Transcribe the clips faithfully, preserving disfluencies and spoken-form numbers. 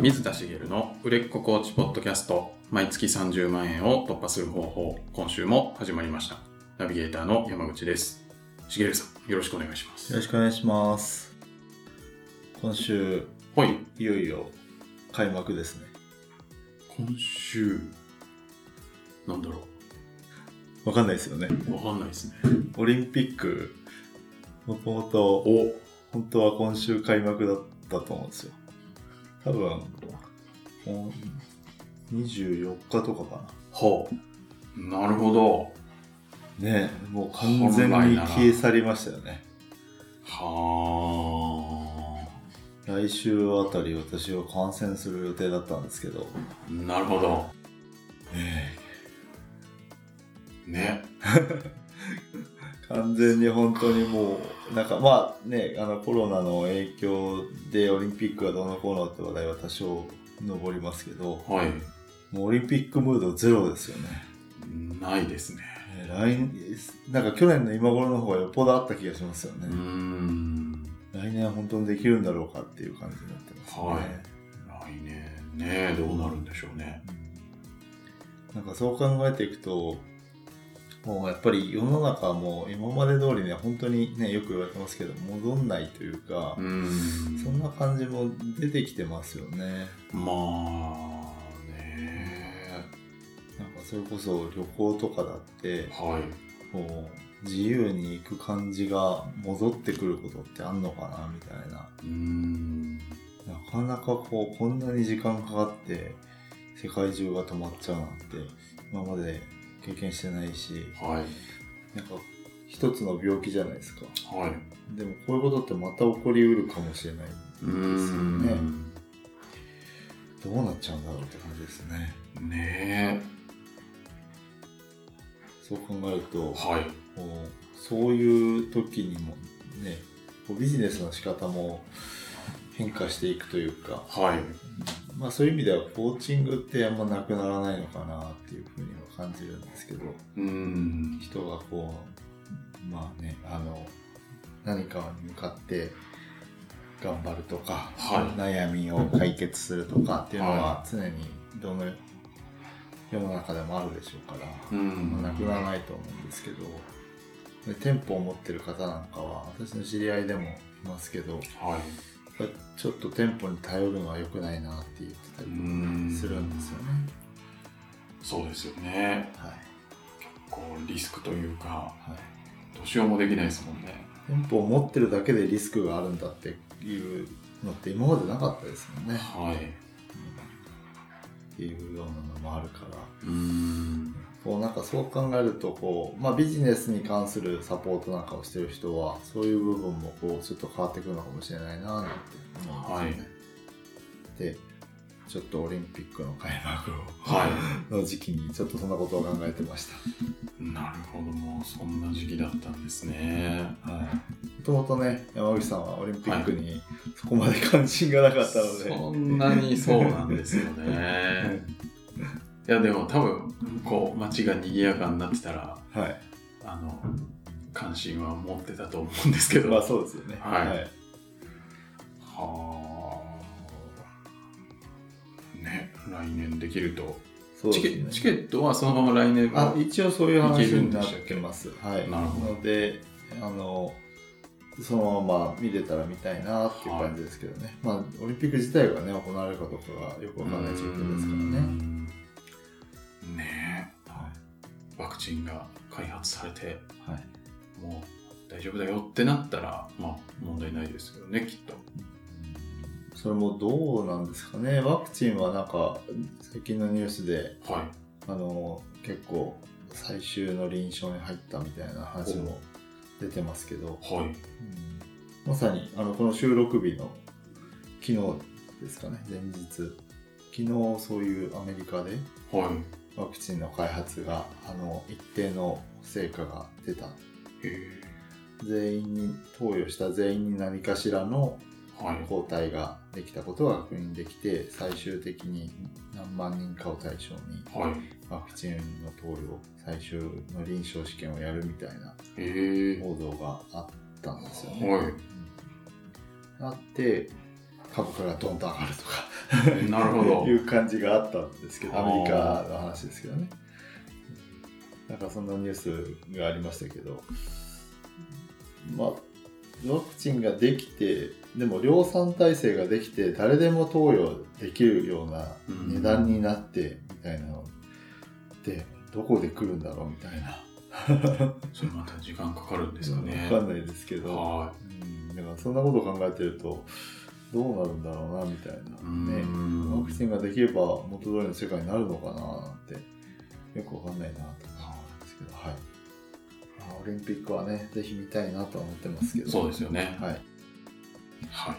水田茂の売れっ子コーチポッドキャスト、毎月さんじゅうまんえんを突破する方法、今週も始まりました。ナビゲーターの山口です。茂さん、よろしくお願いします。 よろしくお願いします。今週、 はい、 いよいよ開幕ですね。 今週なんだろうわかんないですよね。 わかんないですね。 オリンピックもともと本当は今週開幕だったと思うんですよ。多分にじゅうよっかとかかな。 ほう、なるほどね。もう完全に消え去りましたよね。 はあ。来週あたり私は観戦する予定だったんですけど。 なるほど。 ええね完全に本当にもうなんかまあね、あのコロナの影響でオリンピックがどうのこうのって話題は多少上りますけど、 はい、 もうオリンピックムードゼロですよね。 ないですね。 来年なんか去年の今頃の方がよっぽどあった気がしますよね。 うーん、 来年は本当にできるんだろうかっていう感じになってますね。 はい、来年ね、どうなるんでしょうね。 なんかそう考えていくと、もうやっぱり世の中も今まで通りね、本当にね、よく言われてますけど戻んないというか、 うーん、 そんな感じも出てきてますよね。 まあね、 なんかそれこそ旅行とかだって、 はい、 こう自由に行く感じが戻ってくることってあんのかなみたいな。 うーん、 なかなかこうこんなに時間かかって世界中が止まっちゃうなんて今まで経験してないし、 はい、 なんか一つの病気じゃないですか。 はい。 でもこういうことってまた起こりうるかもしれないですよね。どうなっちゃうんだろうって感じですね。 ねえ。 そう考えると、 はい、 こうそういう時にもね、こうビジネスの仕方も変化していくというか、 はい、 まあそういう意味ではコーチングってあんまなくならないのかなっていうふうには感じるんですけど、 うーん、 人がこうまあね、あの何かに向かって頑張るとか、 はい、 悩みを解決するとかっていうのは常にどの世の中でもあるでしょうから、 うん、 まあ、なくならないと思うんですけど、で店舗を持ってる方なんかは私の知り合いでもいますけど、 はい、 ちょっと店舗に頼るのは良くないなって言ってたりするんですよね。 そうですよね。 はい、 結構リスクというか、 はい、 どうしようもできないですもんね。 店舗を持ってるだけでリスクがあるんだっていうのって今までなかったですもんね。 はい。 っていうようなのもあるから、 うーん、 こうなんかそう考えるとこう、まあ、ビジネスに関するサポートなんかをしてる人はそういう部分もこうちょっと変わってくるのかもしれないななんて思うんですよね。はい、でちょっとオリンピックの開幕を、はい、の時期にちょっとそんなことを考えてました。 なるほど、もうそんな時期だったんですね。 はい、もともとね、山口さんはオリンピックにそこまで関心がなかったので、はい、 そんなにそうなんですよね。いやでも多分こう街が賑やかになってたら、はい、あの関心は持ってたと思うんですけど、 まあそうですよね。 はい。 はい、 はあ、ね、来年できると。 そうですね、 チケ、チケットはそのまま来年もあ一応そういう話になってます。はい。 なるほど。 のであのそのまま見れたら見たいなっていう感じですけどね。はい、まあオリンピック自体がね行われるかどうかがよくわかんない状況ですからね。 ねえ、はい、ワクチンが開発されて、はい、もう大丈夫だよってなったら、まあ問題ないですよね、きっと。 それもどうなんですかね。ワクチンはなんか最近のニュースで、はい、あの結構最終の臨床に入ったみたいな話も出てますけど、はい、うん、まさにあのこの収録日の昨日ですかね、前日、昨日そういうアメリカでワクチンの開発があの一定の成果が出た。へー、全員に投与した全員に何かしらの抗体ができたことが確認できて、最終的に何万人かを対象にワクチンの投与、最終の臨床試験をやるみたいな報道があったんですよね。はい、うん、あって株価がドンと上がるとかなるほどいう感じがあったんですけど、アメリカの話ですけどね。なんかそんなニュースがありましたけど、まあワクチンができて、でも量産体制ができて誰でも投与できるような値段になってみたいなのってどこで来るんだろうみたいな。 それまた時間かかるんですかね。 わかんないですけど、はい、うん、だからそんなことを考えてるとどうなるんだろうなみたいなね。ワクチンができれば元通りの世界になるのかななんてよくわかんないなと思うんですけど、はい。オリンピックはね、ぜひ見たいなとは思ってますけど。 そうですよね。 はい。 はい。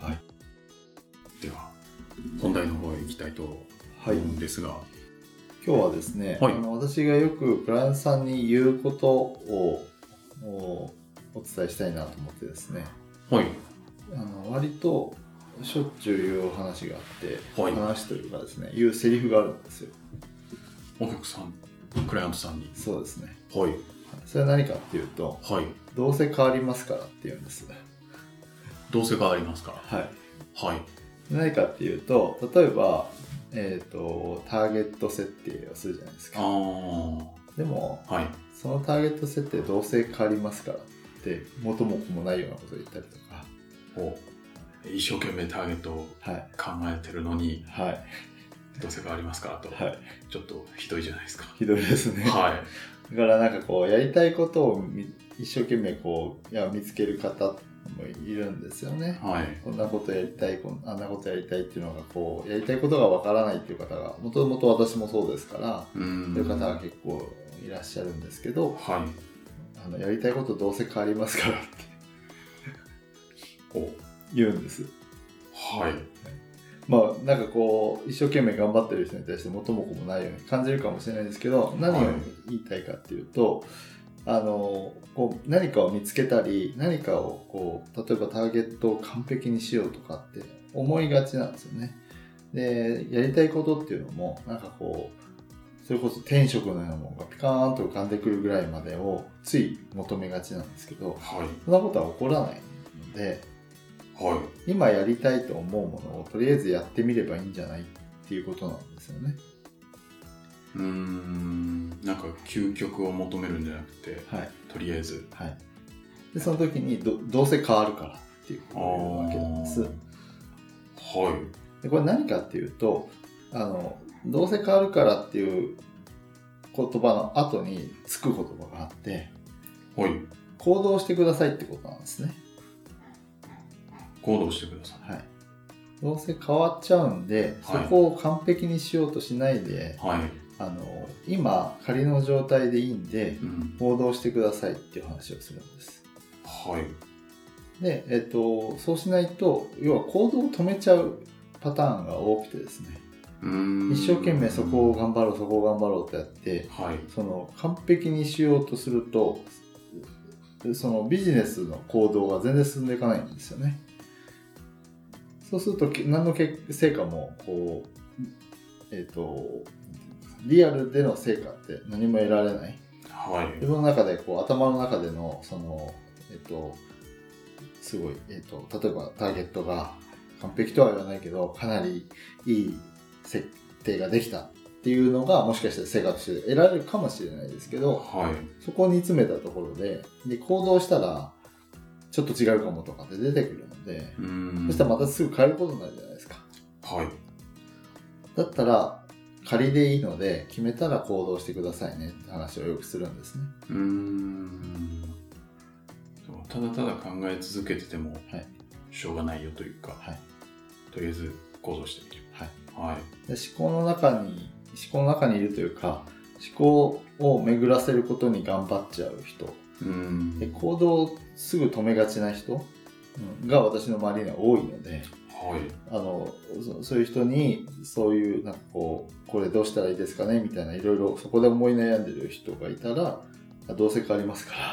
はい。では、本題の方へ行きたいと思うんですが、はい、 今日はですね、はい、あの私がよくクライアントさんに言うことを お, お伝えしたいなと思ってですね、 はい。 あの割としょっちゅう言うお話があって、はい、話というかですね、言うセリフがあるんですよ。 お客さん、クライアントさんに。 そうですね。 はい。 それは何かっていうと、はい、どうせ変わりますからって言うんです。 どうせ変わりますから。 はい。 はい。 何かっていうと、例えば、えっと、ターゲット設定をするじゃないですか。 あでも、 はい、 そのターゲット設定どうせ変わりますからって元も子もないようなことを言ったりとか。 お一生懸命ターゲットを考えてるのに、 はい、 どうせ変わりますからと、はい、ちょっとひどいじゃないですか。 ひどいですね。 はい。 だからなんかこうやりたいことを一生懸命こういや見つける方もいるんですよね。 はい。 こんなことやりたい、あんなことやりたいっていうのがこうやりたいことがわからないっていう方がもともと私もそうですから、そういう方が結構いらっしゃるんですけど、 はい。 あのやりたいことどうせ変わりますからって言うんです。 はい。 まあなんかこう一生懸命頑張ってる人に対して元も子もないように感じるかもしれないですけど、何を言いたいかっていうと、はい、あのこう何かを見つけたり何かをこう例えばターゲットを完璧にしようとかって思いがちなんですよね。でやりたいことっていうのもなんかこうそれこそ天職のようなものがピカーンと浮かんでくるぐらいまでをつい求めがちなんですけど、 はい、 そんなことは起こらないので、 はい、 今やりたいと思うものをとりあえずやってみればいいんじゃないっていうことなんですよね。 うーん、なんか究極を求めるんじゃなくて、 はい、 とりあえず、 はい、でその時に ど, どうせ変わるからっていうことを言うわけなんです。はい。でこれ何かっていうと、あのどうせ変わるからっていう言葉の後につく言葉があって、 はい、 行動してくださいってことなんですね。 行動してください。 はい。どうせ変わっちゃうんで、そこを完璧にしようとしないで、はい、あの今仮の状態でいいんで、うん、行動してくださいっていう話をするんです。 はい。 で、えっとそうしないと要は行動を止めちゃうパターンが多くてですね。 うーん、 一生懸命そこを頑張ろうそこを頑張ろうとやって、はい、その完璧にしようとするとそのビジネスの行動が全然進んでいかないんですよね。そうすると何の成果もこう、えーと、リアルでの成果って何も得られない。 はい、 自分の中でこう頭の中でのその、えーと、すごい、えーと、例えばターゲットが完璧とは言わないけどかなりいい設定ができたっていうのがもしかして成果として得られるかもしれないですけど、 はい、 そこを煮詰めたところで、で行動したらちょっと違うかもとかって出てくるので、 うーん、 そしたらまたすぐ変えることになるじゃないですか。 はい。 だったら仮でいいので決めたら行動してくださいねって話をよくするんですね。 うーん、ただただ考え続けててもしょうがないよというか、はい、とりあえず行動してみる。はいはい、 で思考の中に思考の中にいるというか思考を巡らせることに頑張っちゃう人、 うん、 で行動をすぐ止めがちな人が私の周りには多いので、 はい、 あの そ, そういう人にそういうなんかこうこれどうしたらいいですかねみたいないろいろそこで思い悩んでる人がいたらどうせ変わりますから、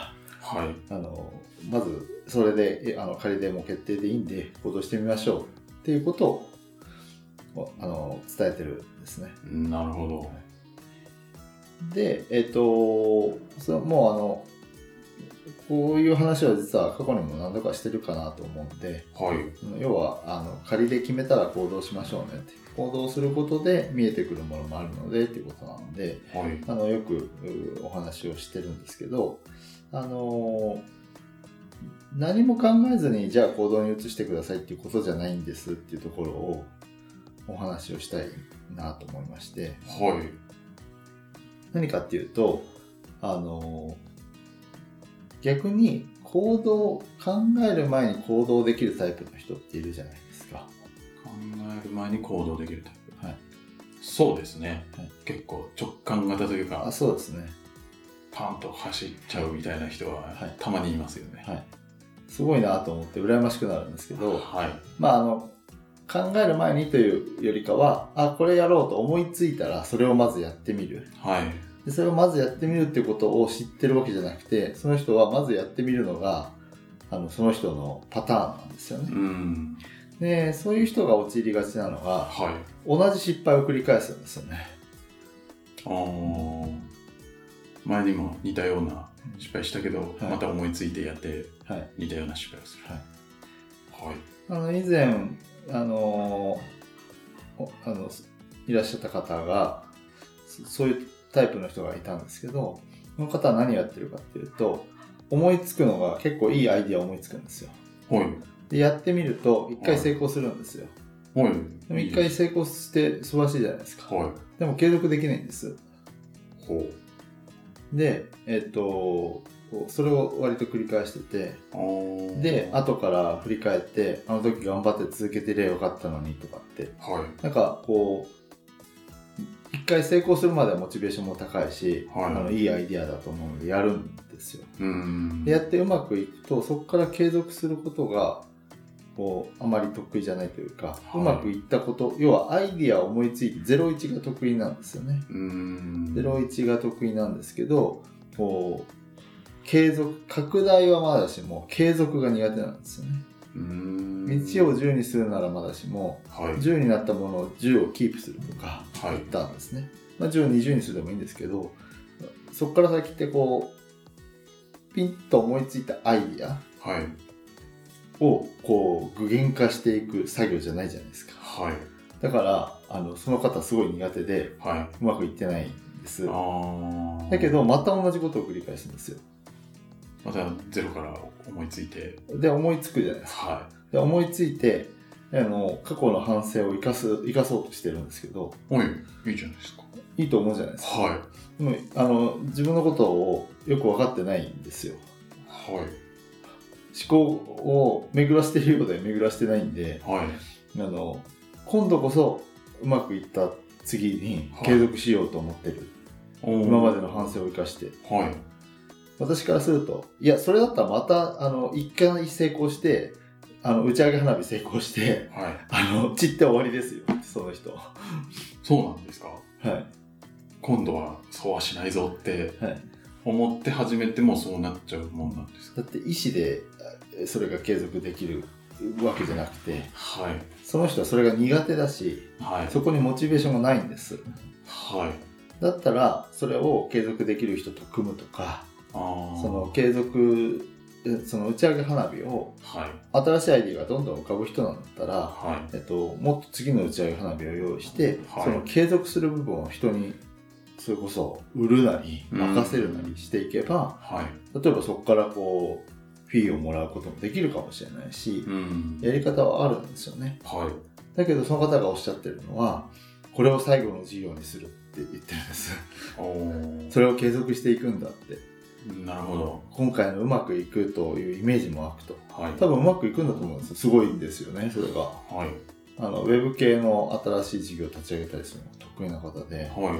はい、 あのまずそれであの仮でも決定でいいんで行動してみましょうっていうことをあの伝えてるんですね。 なるほど。 で、えっと、それもうあのこういう話は実は過去にも何度かしてるかなと思うんで、はい、要はあの仮で決めたら行動しましょうねって、行動することで見えてくるものもあるのでっていうことなので、はい、あのよくお話をしてるんですけど、あの何も考えずにじゃあ行動に移してくださいっていうことじゃないんですっていうところをお話をしたいなと思いまして、はい、何かっていうと、あの逆に行動考える前に行動できるタイプの人っているじゃないですか。 考える前に行動できるタイプ、はい、そうですね、はい、結構直感型というか、 あ、そうですね、 パンと走っちゃうみたいな人はたまにいますよね、はいはい、 すごいなと思って羨ましくなるんですけど、はい、まああの考える前にというよりかは、あ、これやろうと思いついたらそれをまずやってみる、はい、でそれをまずやってみるっていうことを知ってるわけじゃなくて、その人はまずやってみるのがあのその人のパターンなんですよね、うん、でそういう人が陥りがちなのが、はい、同じ失敗を繰り返すんですよね。 あ、前にも似たような失敗したけど、はい、また思いついてやって、はい、似たような失敗をする、はいはい、あの以前あのあのいらっしゃった方がそういうタイプの人がいたんですけど、その方は何をやってるかっていうと、思いつくのが結構いいアイディアを思いつくんですよ、はい、でやってみると一回成功するんですよ、はい、でも一回成功して素晴らしいじゃないですか、はい、でも継続できないんです。ほうで、えっとそれを割と繰り返してて、で後から振り返って、あの時頑張って続けてりゃよかったのにとかって、はい、なんかこう一回成功するまではモチベーションも高いし、はい、あのいいアイディアだと思うのでやるんですよ。うん、でやってうまくいくと、そこから継続することがこうあまり得意じゃないというか、はい、うまくいったこと、要はアイディアを思いついてゼロイチが得意なんですよね。うん、ゼロイチが得意なんですけど、こう継続、拡大はまだしも継続が苦手なんですよね。うーん、いちをじゅうにするならまだしも、はい、じゅうになったものをじゅうをキープするとか言ったんですね、はい、まあ、じゅうをにじゅうにするでもいいんですけど、そこから先ってこうピンと思いついたアイディアをこう具現化していく作業じゃないじゃないですか、はい、だからあのその方すごい苦手で、はい、うまくいってないんです。あ、だけどまた同じことを繰り返すんですよ。 またゼロから思いついて、 で思いつくじゃないですか、はい、で思いついてあの過去の反省を生かす生かそうとしてるんですけど、 はい、いいじゃないですか。 いいと思うじゃないですか、はい、でもあの自分のことをよく分かってないんですよ、はい、思考を巡らしてるようで巡らしてないんで、はい、あの今度こそうまくいった次に継続しようと思ってる、はい、今までの反省を生かして、はい、私からすると、いやそれだったらまたあの一回成功してあの打ち上げ花火成功して、はい、あの散って終わりですよ、その人。 そうなんですか。はい。今度はそうはしないぞって思って始めてもそうなっちゃうもんなんですか。 だって意思でそれが継続できるわけじゃなくて、はい、その人はそれが苦手だし、はい、そこにモチベーションがないんです。はい。だったらそれを継続できる人と組むとか、あ、その継続その打ち上げ花火を、はい、新しいアイディアがどんどん浮かぶ人なんだったら、はい、えっと、もっと次の打ち上げ花火を用意して、はい、その継続する部分を人にそれこそ売るなり任せるなりしていけば、はい、例えばそこからこうフィーをもらうこともできるかもしれないし、うん、やり方はあるんですよね、はい、だけどその方がおっしゃってるのはこれを最後の事業にするって言ってるんですそれを継続していくんだって。 なるほど。 今回のうまくいくというイメージも湧くと、はい、多分うまくいくんだと思うんですよ。すごいんですよね、それが、はい、あのウェブ系の新しい事業を立ち上げたりするのが得意な方で、はい、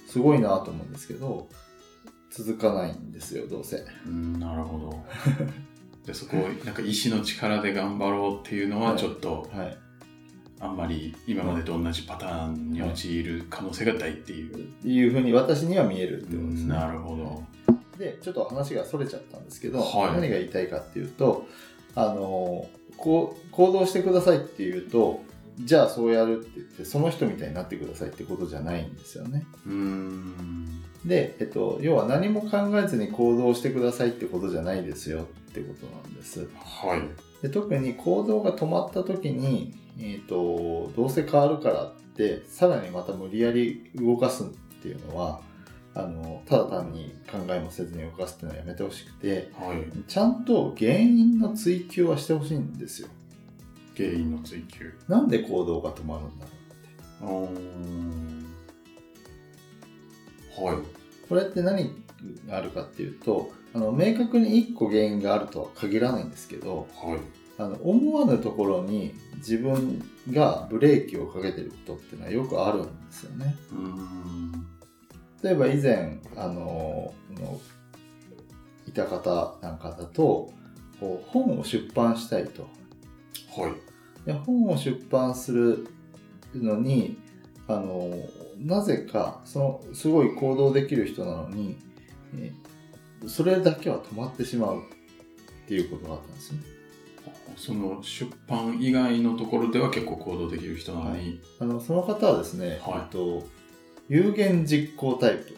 すごいなと思うんですけど続かないんですよ、どうせ。 うん、なるほどでそこをなんか意志の力で頑張ろうっていうのはちょっと、はいはい、あんまり今までと同じパターンに陥る可能性が大っていう、はい、っていうふうに私には見えるってことですね。 なるほど。 でちょっと話がそれちゃったんですけど、はい、何が言いたいかっていうと、あのこう行動してくださいっていうと、じゃあそうやるって言ってその人みたいになってくださいってことじゃないんですよね。うーんで、えっと、要は何も考えずに行動してくださいってことじゃないですよってことなんです。 はい。 で、特に行動が止まった時に、えっと、どうせ変わるからって、さらにまた無理やり動かすっていうのは、あの、ただ単に考えもせずに動かすっていうのはやめてほしくて、 はい、 ちゃんと原因の追求はしてほしいんですよ。 原因の追求。 なんで行動が止まるんだろうって。 あー。はい。 これって何があるかっていうと、あの明確にいっこ原因があるとは限らないんですけど、 はい、 あの思わぬところに自分がブレーキをかけてることっていうのはよくあるんですよね。 うーん。 例えば以前あののいた方なんかだと、こう本を出版したいと。 はい。 で本を出版するのにあのなぜかそのすごい行動できる人なのに、えそれだけは止まってしまうっていうことがあったんですね。 その出版以外のところでは結構行動できる人なのに、はい、 あのその方はですね、 はい、 えっと、有言実行タイプ。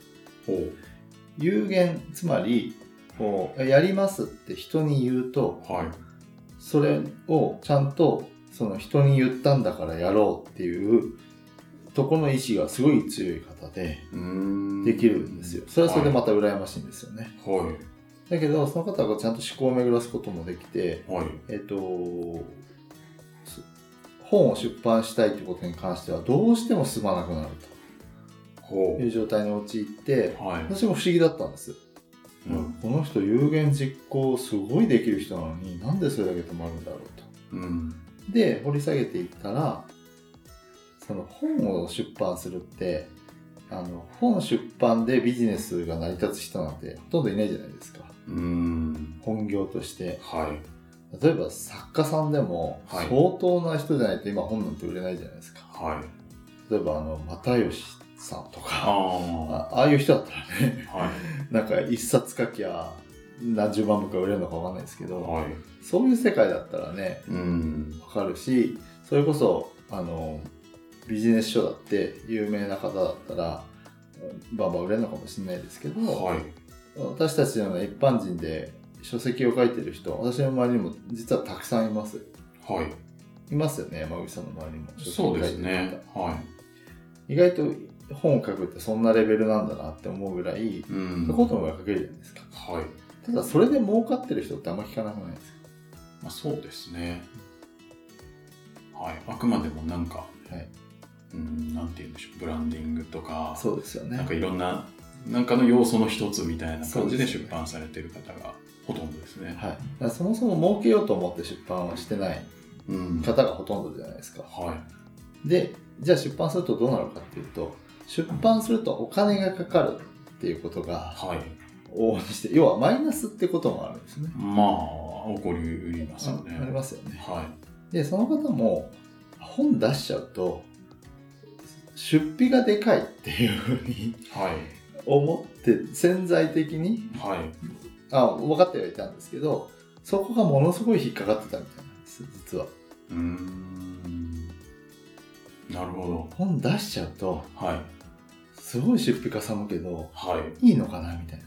有言、つまりこうやりますって人に言うと、はい、それをちゃんとその人に言ったんだからやろうっていうところの意志がすごい強い方でできるんですよ。それはそれでまた羨ましいんですよね。はい、だけどその方がちゃんと思考を巡らすこともできて、はい、えっと本を出版したいということに関してはどうしても進まなくなるという状態に陥って、はい、私も不思議だったんです。うん、この人有言実行すごいできる人なのになんでそれだけ止まるんだろうと。うん、で掘り下げていったら、その本を出版するってあの本出版でビジネスが成り立つ人なんてほとんどいないじゃないですか。うん、本業として、はい、例えば作家さんでも相当な人じゃないと今本なんて売れないじゃないですか。はい、例えばあの又吉さんとか あ, ああいう人だったらね、はい、なんか一冊書きゃ何十万部か売れるのか分かんないですけど、はい、そういう世界だったらね、うん、分かるし、それこそあのビジネス書だって有名な方だったらバンバン売れるのかもしれないですけど、はい、私たちのような一般人で書籍を書いてる人、私の周りにも実はたくさんいます。はい、いますよね、山口さんの周りにも。 そうですね。はい。 意外と本を書くってそんなレベルなんだなって思うぐらい、うん、そういうことも書けるじゃないですか。はい。ただそれで儲かってる人ってあんま聞かなくないですか。 まあ、そうですね。はい。あくまでもなんか、はい、うん、なんて言うんでしょう、ブランディングとか、 そうですよね。 なんかいろんななんかの要素の一つみたいな感じで出版されている方がほとんどですね。 はい。だからそもそも儲けようと思って出版をしてない方がほとんどじゃないですか。うん、はい。で、じゃあ出版するとどうなるかっていうと、出版するとお金がかかるっていうことが往々にして、はい、要はマイナスってこともあるんですね。 まあ起こりますよね。 あ, ありますよね。 はい。 でその方も本出しちゃうと出費がでかいっていうふうに、はい、思って潜在的に、はい、あ分かってはいたんですけど、そこがものすごい引っかかってたみたいなんです実は。 うーん、なるほど。 本出しちゃうと、はい、すごい出費かさむけど、はい、いいのかなみたいな。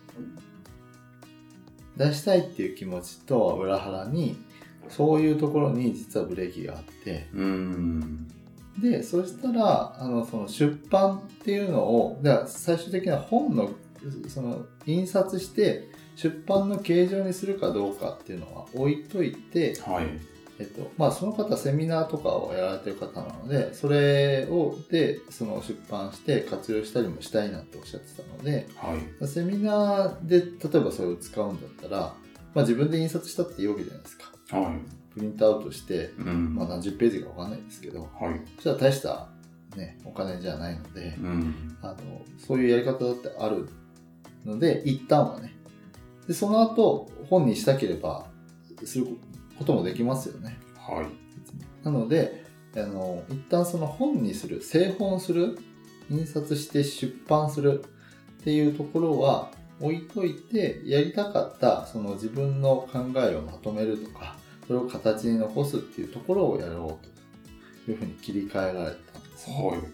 出したいっていう気持ちとは裏腹にそういうところに実はブレーキがあって、うーんでそしたらあのその出版っていうのをだから最終的な本のその印刷して出版の形状にするかどうかっていうのは置いといて、はいえっとまあ、その方セミナーとかをやられてる方なのでそれをでその出版して活用したりもしたいなっておっしゃってたので、はい、セミナーで例えばそれを使うんだったら、まあ、自分で印刷したっていいわけじゃないですか。はいプリントアウトして、うんまあ、何十ページか分かんないですけど、はい、そしたら大した、ね、お金じゃないので、うん、あのそういうやり方だってあるので一旦はねでその後本にしたければすることもできますよね、はい、なのであの一旦その本にする製本する印刷して出版するっていうところは置いといてやりたかったその自分の考えをまとめるとかそれを形に残すっていうところをやろうというふうに切り替えられたんですね。はい、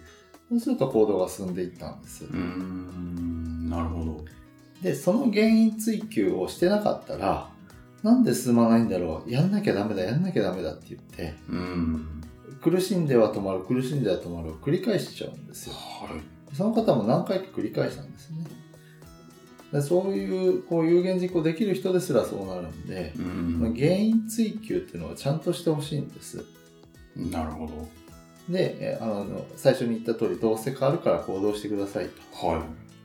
そうすると行動が進んでいったんです。 うーん、なるほど。 で、その原因追求をしてなかったら、なんで進まないんだろう、やんなきゃダメだ、やんなきゃダメだって言って、 うん、 苦しんでは止まる、苦しんでは止まるを繰り返しちゃうんですよ。 はい、 その方も何回か繰り返したんですね。でそういう、こう有言実行できる人ですらそうなるんで、うん、原因追求っていうのはちゃんとしてほしいんです。 なるほど。 で、あの最初に言った通り、どうせ変わるから行動してくださいと。 はい。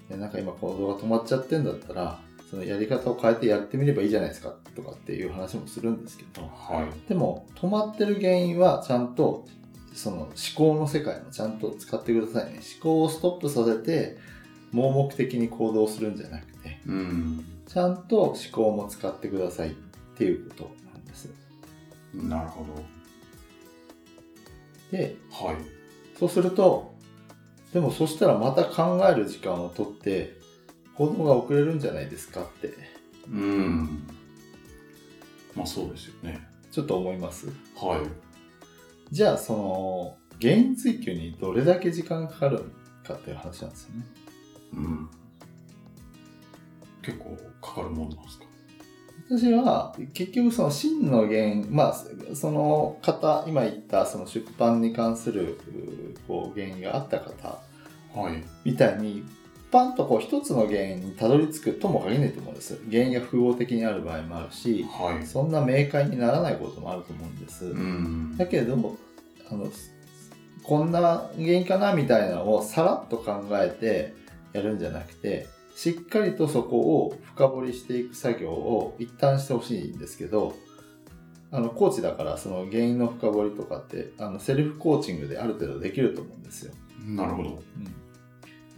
でなんか今行動が止まっちゃってんだったら、そのやり方を変えてやってみればいいじゃないですかとかっていう話もするんですけど、 はい、 でも止まってる原因はちゃんとその思考の世界もちゃんと使ってくださいね。思考をストップさせて盲目的に行動するんじゃなくて、 うん、 ちゃんと思考も使ってくださいっていうことなんです。 なるほど。 で、 はい、 そうすると、でもそしたらまた考える時間をとって行動が遅れるんじゃないですかって。 うん。まあそうですよね。 ちょっと思います。 はい。 じゃあその原因追求にどれだけ時間がかかるかっていう話なんですよね。 うん。結構かかるもんなんですか？ 私は結局その真の原因、まあその方、今言ったその出版に関するこう原因があった方みたいに、パンとこう一つの原因にたどり着くとも限らないと思うんです。原因が複合的にある場合もあるし、はい、そんな明快にならないこともあると思うんです。うん、だけれどもあのこんな原因かなみたいなのをさらっと考えてやるんじゃなくて、しっかりとそこを深掘りしていく作業を一旦してほしいんですけど、あのコーチだからその原因の深掘りとかってあのセルフコーチングである程度できると思うんですよ。 なるほど。うん 、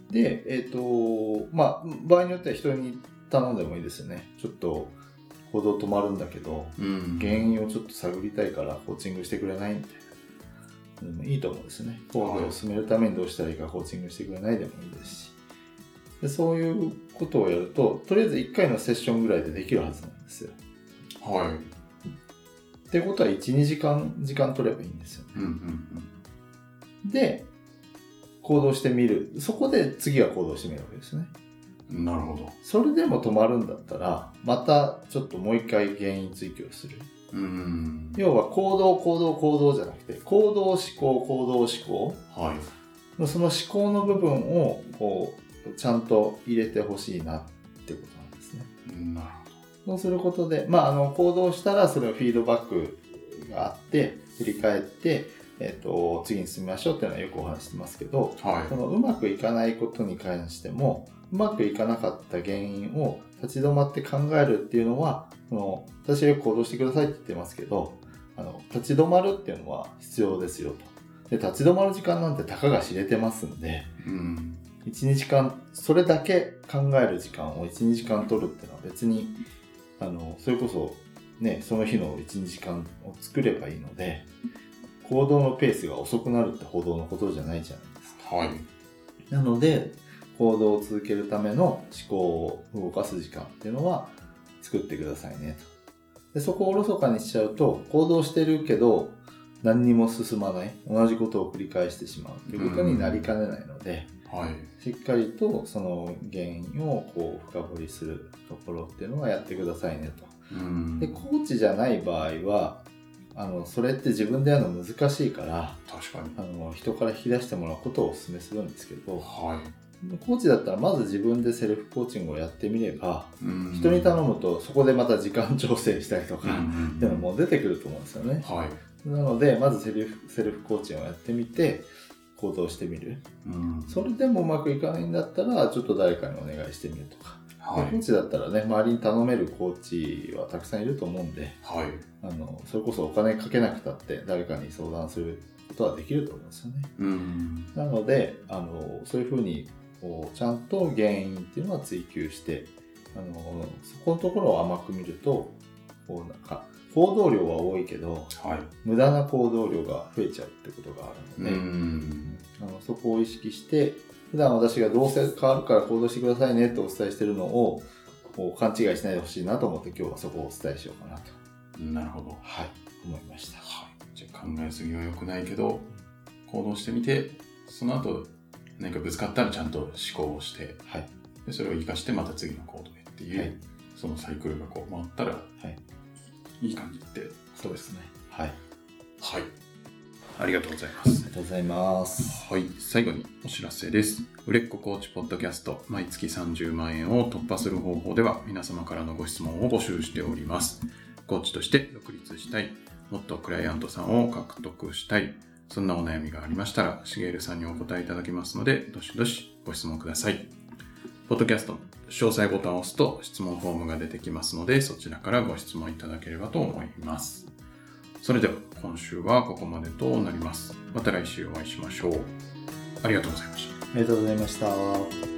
で、えっと、まあ場合によっては人に頼んでもいいですよね。ちょっと行動止まるんだけど、うん、原因をちょっと探りたいからコーチングしてくれないみたいな。でもいいと思うんですね。行動を進めるためにどうしたらいいかコーチングしてくれないでもいいですし。でそういうことをやると、とりあえずいっかいのセッションぐらいでできるはずなんですよ。 はい。 ってことは いち、にじかん時間取ればいいんですよね。うんうんうん、で、行動してみる。そこで次は行動してみるわけですね。 なるほど。 それでも止まるんだったら、またちょっともう一回原因追求する。うん、要は行動行動行動じゃなくて、行動思考行動思考。はい。その思考の部分をこうちゃんと入れてほしいなってことなんですね。 なるほど。そうすることで、まあ、あの行動したらそれをフィードバックがあって振り返って、えーと、次に進みましょうっていうのはよくお話してますけど、はい、そのうまくいかないことに関してもうまくいかなかった原因を立ち止まって考えるっていうのは、その私はよく行動してくださいって言ってますけど、あの立ち止まるっていうのは必要ですよと。で立ち止まる時間なんてたかが知れてますんで、うんいち、にじかん、それだけ考える時間をいち、にじかん取るっていうのは別に、あの、それこそね、その日のいち、にじかんを作ればいいので、行動のペースが遅くなるってほどのことじゃないじゃないですか。はい。なので、行動を続けるための思考を動かす時間っていうのは作ってくださいねと。で、そこをおろそかにしちゃうと、行動してるけど、何にも進まない、同じことを繰り返してしまうということになりかねないので、はい、しっかりとその原因をこう深掘りするところっていうのはやってくださいねと。うんでコーチじゃない場合はあのそれって自分でやるの難しいから確かにあの人から引き出してもらうことをお勧めするんですけど、はい、コーチだったらまず自分でセルフコーチングをやってみれば、うん人に頼むとそこでまた時間調整したりとか、うん、っていうのも出てくると思うんですよね。はい、なのでまずセルフ、セルフコーチングをやってみて行動してみる、うん、それでもうまくいかないんだったらちょっと誰かにお願いしてみるとか、はい、コーチだったらね周りに頼めるコーチはたくさんいると思うんで、はい、あのそれこそお金かけなくたって誰かに相談することはできると思うんですよね、うん、なのであのそういうふうにこうちゃんと原因っていうのは追求してあのそこのところを甘く見るとこうなんか行動量は多いけど、はい、無駄な行動量が増えちゃうってことがあるので、うんあのそこを意識して普段私がどうせ変わるから行動してくださいねとお伝えしているのをこう勘違いしないでほしいなと思って今日はそこをお伝えしようかなとなるほど、 はい、思いました、 はい、じゃあ考えすぎは良くないけど行動してみてその後何かぶつかったらちゃんと思考をして、 はい、 でそれを活かしてまた次の行動へっていう、はい、そのサイクルがこう回ったら、はい、いい感じって。 そうですね。はい。 はい。ありがとうございます。ありがとうございます。 はい。最後にお知らせです。売れっ子コーチポッドキャスト、毎月さんじゅうまんえんを突破する方法では、皆様からのご質問を募集しております。コーチとして独立したい、もっとクライアントさんを獲得したい、そんなお悩みがありましたら、しげるさんにお答えいただきますので、どしどしご質問ください。ポッドキャストの詳細ボタンを押すと質問フォームが出てきますので、そちらからご質問いただければと思います。それでは今週はここまでとなります。また来週お会いしましょう。ありがとうございました。 ありがとうございました。